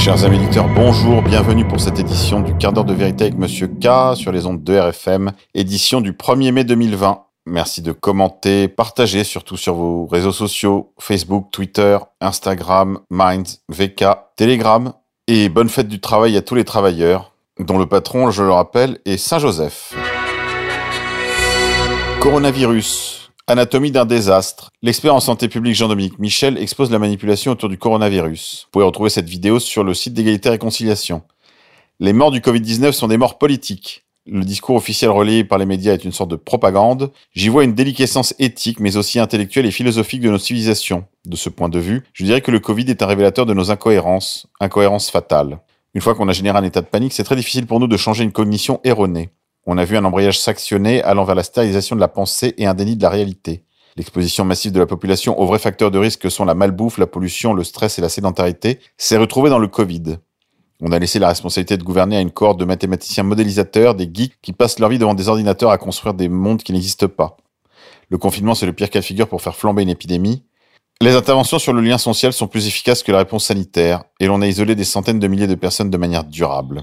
Chers amis éditeurs, bonjour, bienvenue pour cette édition du quart d'heure de vérité avec Monsieur K sur les ondes de RFM, édition du 1er mai 2020. Merci de commenter, partager surtout sur vos réseaux sociaux, Facebook, Twitter, Instagram, Minds, VK, Telegram. Et bonne fête du travail à tous les travailleurs, dont le patron, je le rappelle, est Saint-Joseph. Coronavirus. Anatomie d'un désastre. L'expert en santé publique Jean-Dominique Michel expose la manipulation autour du coronavirus. Vous pouvez retrouver cette vidéo sur le site d'Égalité et Réconciliation. Les morts du Covid-19 sont des morts politiques. Le discours officiel relayé par les médias est une sorte de propagande. J'y vois une déliquescence éthique, mais aussi intellectuelle et philosophique de nos civilisations. De ce point de vue, je dirais que le Covid est un révélateur de nos incohérences fatales. Une fois qu'on a généré un état de panique, c'est très difficile pour nous de changer une cognition erronée. On a vu un embrayage s'actionner allant vers la stérilisation de la pensée et un déni de la réalité. L'exposition massive de la population aux vrais facteurs de risque que sont la malbouffe, la pollution, le stress et la sédentarité s'est retrouvée dans le Covid. On a laissé la responsabilité de gouverner à une cohorte de mathématiciens modélisateurs, des geeks qui passent leur vie devant des ordinateurs à construire des mondes qui n'existent pas. Le confinement, c'est le pire cas de figure pour faire flamber une épidémie. Les interventions sur le lien social sont plus efficaces que la réponse sanitaire, et l'on a isolé des centaines de milliers de personnes de manière durable.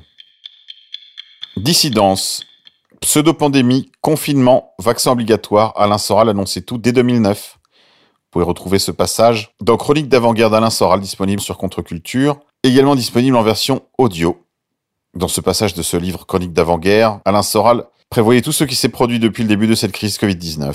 Dissidence. Pseudo-pandémie, confinement, vaccin obligatoire, Alain Soral annonçait tout dès 2009. Vous pouvez retrouver ce passage dans Chronique d'avant-guerre d'Alain Soral, disponible sur Contre-Culture, également disponible en version audio. Dans ce passage de ce livre Chronique d'avant-guerre, Alain Soral prévoyait tout ce qui s'est produit depuis le début de cette crise Covid-19.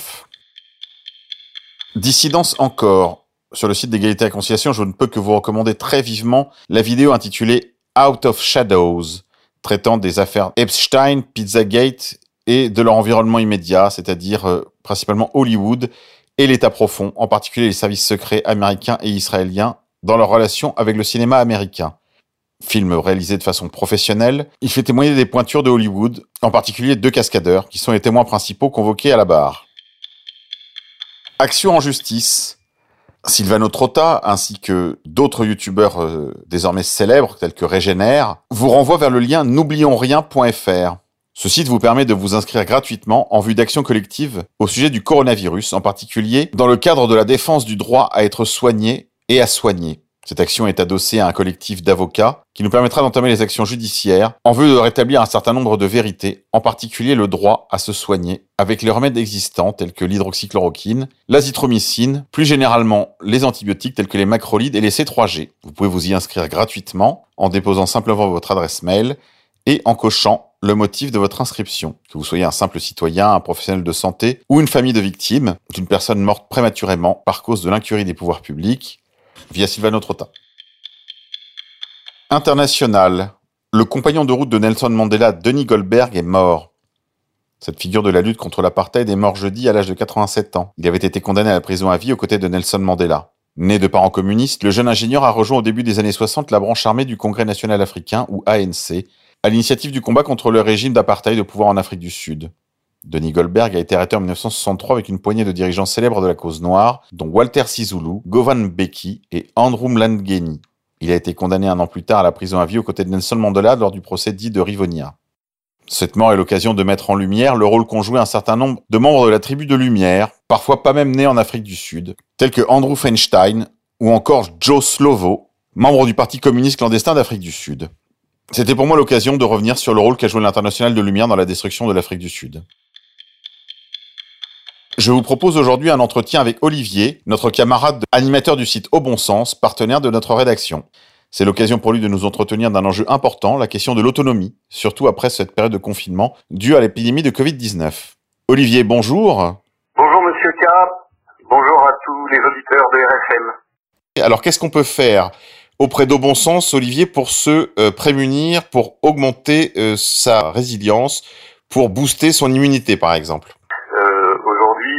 Dissidence encore. Sur le site d'Égalité et Réconciliation, je ne peux que vous recommander très vivement la vidéo intitulée Out of Shadows, traitant des affaires Epstein, Pizzagate et de leur environnement immédiat, c'est-à-dire principalement Hollywood et l'État profond, en particulier les services secrets américains et israéliens dans leur relation avec le cinéma américain. Film réalisé de façon professionnelle, il fait témoigner des pointures de Hollywood, en particulier 2 cascadeurs, qui sont les témoins principaux convoqués à la barre. Action en justice. Silvano Trotta, ainsi que d'autres youtubeurs désormais célèbres, tels que Régénère, vous renvoient vers le lien n'oublionrien.fr. Ce site vous permet de vous inscrire gratuitement en vue d'actions collectives au sujet du coronavirus, en particulier dans le cadre de la défense du droit à être soigné et à soigner. Cette action est adossée à un collectif d'avocats qui nous permettra d'entamer les actions judiciaires en vue de rétablir un certain nombre de vérités, en particulier le droit à se soigner avec les remèdes existants tels que l'hydroxychloroquine, l'azithromycine, plus généralement les antibiotiques tels que les macrolides et les C3G. Vous pouvez vous y inscrire gratuitement en déposant simplement votre adresse mail et en cochant le motif de votre inscription. Que vous soyez un simple citoyen, un professionnel de santé ou une famille de victimes d'une personne morte prématurément par cause de l'incurie des pouvoirs publics, via Silvano Trotta. International. Le compagnon de route de Nelson Mandela, Denis Goldberg, est mort. Cette figure de la lutte contre l'apartheid est mort jeudi à l'âge de 87 ans. Il avait été condamné à la prison à vie aux côtés de Nelson Mandela. Né de parents communistes, le jeune ingénieur a rejoint au début des années 60 la branche armée du Congrès national africain, ou ANC, à l'initiative du combat contre le régime d'apartheid au pouvoir en Afrique du Sud. Denis Goldberg a été arrêté en 1963 avec une poignée de dirigeants célèbres de la cause noire, dont Walter Sisulu, Govan Mbeki et Andrew Mlangeni. Il a été condamné 1 an plus tard à la prison à vie aux côtés de Nelson Mandela lors du procès dit de Rivonia. Cette mort est l'occasion de mettre en lumière le rôle qu'ont joué un certain nombre de membres de la tribu de Lumière, parfois pas même nés en Afrique du Sud, tels que Andrew Feinstein ou encore Joe Slovo, membre du Parti communiste clandestin d'Afrique du Sud. C'était pour moi l'occasion de revenir sur le rôle qu'a joué l'Internationale de Lumière dans la destruction de l'Afrique du Sud. Je vous propose aujourd'hui un entretien avec Olivier, notre camarade animateur du site Au Bon Sens, partenaire de notre rédaction. C'est l'occasion pour lui de nous entretenir d'un enjeu important, la question de l'autonomie, surtout après cette période de confinement due à l'épidémie de Covid-19. Olivier, bonjour. Bonjour Monsieur K, bonjour à tous les auditeurs de RFM. Alors qu'est-ce qu'on peut faire auprès d'Au Bon Sens, Olivier, pour se prémunir, pour augmenter sa résilience, pour booster son immunité par exemple? Aujourd'hui,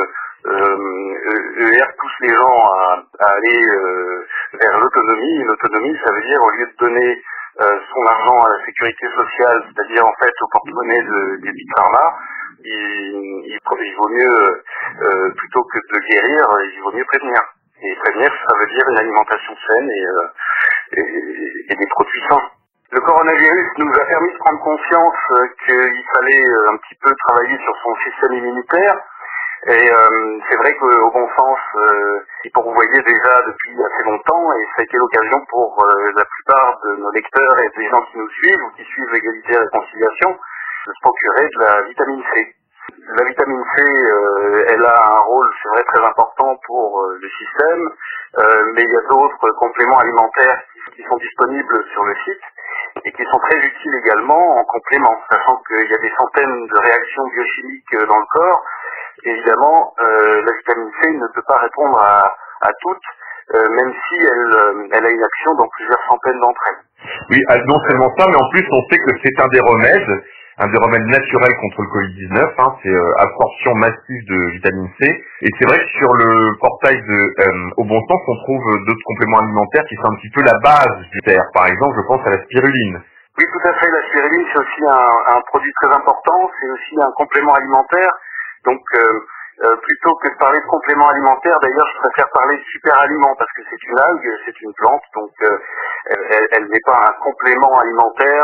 ER pousse les gens à aller vers l'autonomie. L'autonomie, ça veut dire au lieu de donner son argent à la sécurité sociale, c'est-à-dire en fait au porte-monnaie des big pharma, il vaut mieux, plutôt que de guérir, il vaut mieux prévenir. Et prévenir, ça veut dire une alimentation saine et des produits sains. Le coronavirus nous a permis de prendre conscience qu'il fallait un petit peu travailler sur son système immunitaire. Et c'est vrai qu'au bon sens, et pour vous voyez déjà depuis assez longtemps, et ça a été l'occasion pour la plupart de nos lecteurs et des gens qui nous suivent ou qui suivent l'égalité et la réconciliation, de se procurer de la vitamine C. La vitamine C, elle a un rôle, c'est vrai, très important pour le système, mais il y a d'autres compléments alimentaires qui sont disponibles sur le site et qui sont très utiles également en complément, sachant qu'il y a des centaines de réactions biochimiques dans le corps. Évidemment, la vitamine C ne peut pas répondre à toutes, même si elle a une action dans plusieurs centaines d'entre elles. Oui, non seulement ça, mais en plus on sait que c'est un des remèdes naturels contre le Covid-19, c'est absorption massive de vitamine C. Et c'est vrai que sur le portail de Au Bon Sens, on trouve d'autres compléments alimentaires qui sont un petit peu la base du terre. Par exemple, je pense à la spiruline. Oui, tout à fait. La spiruline, c'est aussi un produit très important. C'est aussi un complément alimentaire. Donc, plutôt que de parler de complément alimentaire, d'ailleurs, je préfère parler de super aliment parce que c'est une algue, c'est une plante, donc elle n'est pas un complément alimentaire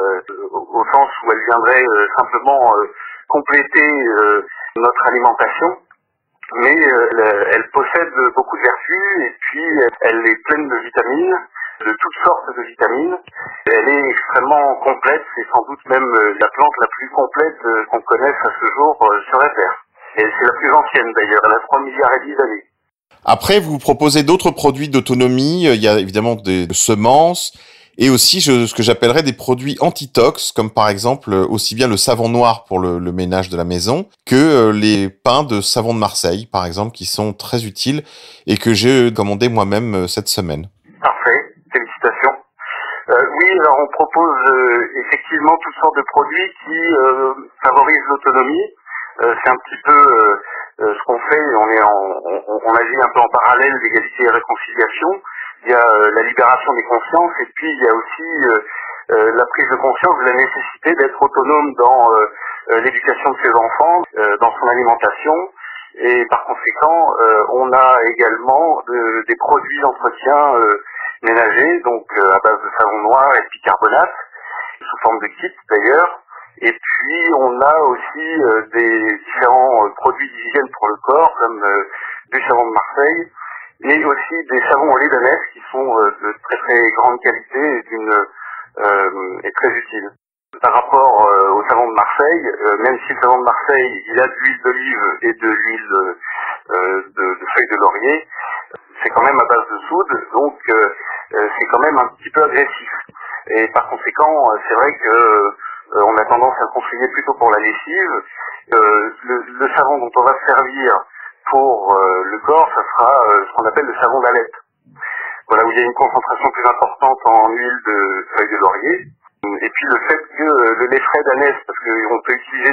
au sens où elle viendrait simplement compléter notre alimentation. Mais elle possède beaucoup de vertus et puis elle est pleine de vitamines, de toutes sortes de vitamines. Elle est extrêmement complète, c'est sans doute même la plante la plus complète qu'on connaisse à ce jour sur la Terre. Et c'est la plus ancienne d'ailleurs, elle a 3 milliards et demi d'années. Après, vous proposez d'autres produits d'autonomie. Il y a évidemment des semences et aussi ce que j'appellerais des produits antitox, comme par exemple aussi bien le savon noir pour le ménage de la maison que les pains de savon de Marseille, par exemple, qui sont très utiles et que j'ai commandé moi-même cette semaine. Parfait, félicitations. Oui, alors on propose effectivement toutes sortes de produits qui favorisent l'autonomie. C'est un petit peu ce qu'on fait, on agit un peu en parallèle d'égalité et réconciliation. Il y a la libération des consciences et puis il y a aussi la prise de conscience de la nécessité d'être autonome dans l'éducation de ses enfants, dans son alimentation. Et par conséquent, on a également des produits d'entretien ménagers, donc à base de savon noir et de bicarbonate, sous forme de kit d'ailleurs. Et puis on a aussi des différents produits d'hygiène pour le corps, comme du savon de Marseille, mais aussi des savons au lait d'ânesse qui sont de très très grande qualité et très utiles. Par rapport au savon de Marseille, même si le savon de Marseille il a de l'huile d'olive et de l'huile de feuilles de laurier, c'est quand même à base de soude, donc c'est quand même un petit peu agressif. Et par conséquent, c'est vrai que on a tendance à le conseiller plutôt pour la lessive. Le savon dont on va se servir pour le corps, ça sera ce qu'on appelle le savon d'Alep. Voilà, où il y a une concentration plus importante en huile de feuilles de laurier. Et puis le fait que le lait frais d'ânesse, parce qu'on peut utiliser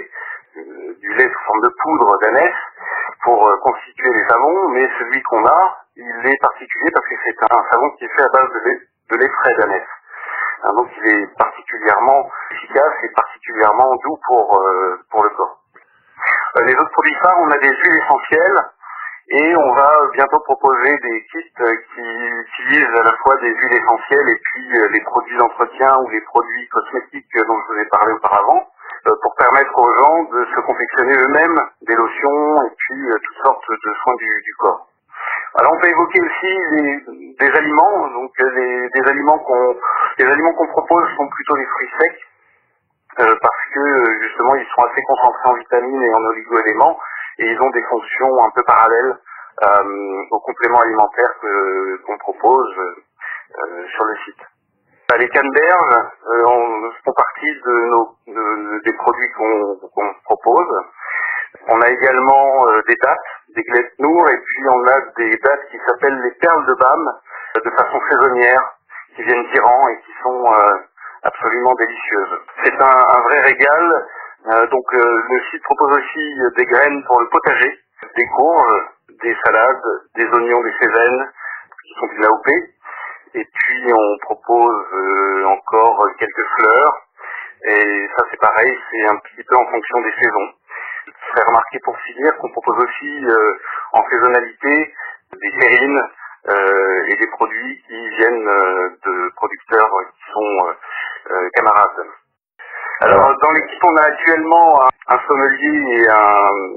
du lait sous forme de poudre d'ânesse pour constituer les savons, mais celui qu'on a, il est particulier parce que c'est un savon qui est fait à base de lait frais d'ânesse. Donc il est particulièrement efficace et particulièrement doux pour le corps. Les autres produits phares, on a des huiles essentielles et on va bientôt proposer des kits qui utilisent à la fois des huiles essentielles et puis les produits d'entretien ou les produits cosmétiques dont je vous ai parlé auparavant pour permettre aux gens de se confectionner eux-mêmes des lotions et puis toutes sortes de soins du corps. Alors on peut évoquer aussi des aliments, donc les aliments qu'on propose sont plutôt des fruits secs parce que justement ils sont assez concentrés en vitamines et en oligo-éléments et ils ont des fonctions un peu parallèles aux compléments alimentaires qu'on propose sur le site. Les canneberges font partie des produits qu'on propose. On a également des dattes, des galettes nour, et puis on a des dattes qui s'appellent les perles de Bam, de façon saisonnière, qui viennent d'Iran et qui sont absolument délicieuses. C'est un vrai régal. Donc le site propose aussi des graines pour le potager, des courges, des salades, des oignons, des cévennes, qui sont du AOP. Et puis on propose encore quelques fleurs. Et ça c'est pareil, c'est un petit peu en fonction des saisons. Je ferai remarquer pour finir qu'on propose aussi en saisonnalité des terrines et des produits qui viennent de producteurs qui sont camarades. Alors dans l'équipe on a actuellement un sommelier et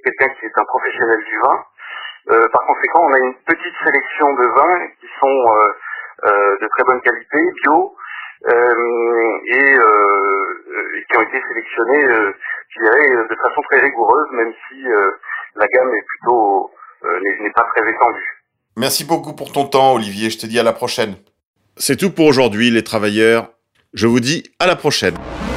quelqu'un qui est un professionnel du vin. Par conséquent, on a une petite sélection de vins qui sont de très bonne qualité, bio, et qui ont été sélectionnés, je dirais, de façon très rigoureuse, même si la gamme est plutôt n'est pas très étendue. Merci beaucoup pour ton temps, Olivier. Je te dis à la prochaine. C'est tout pour aujourd'hui, les travailleurs. Je vous dis à la prochaine.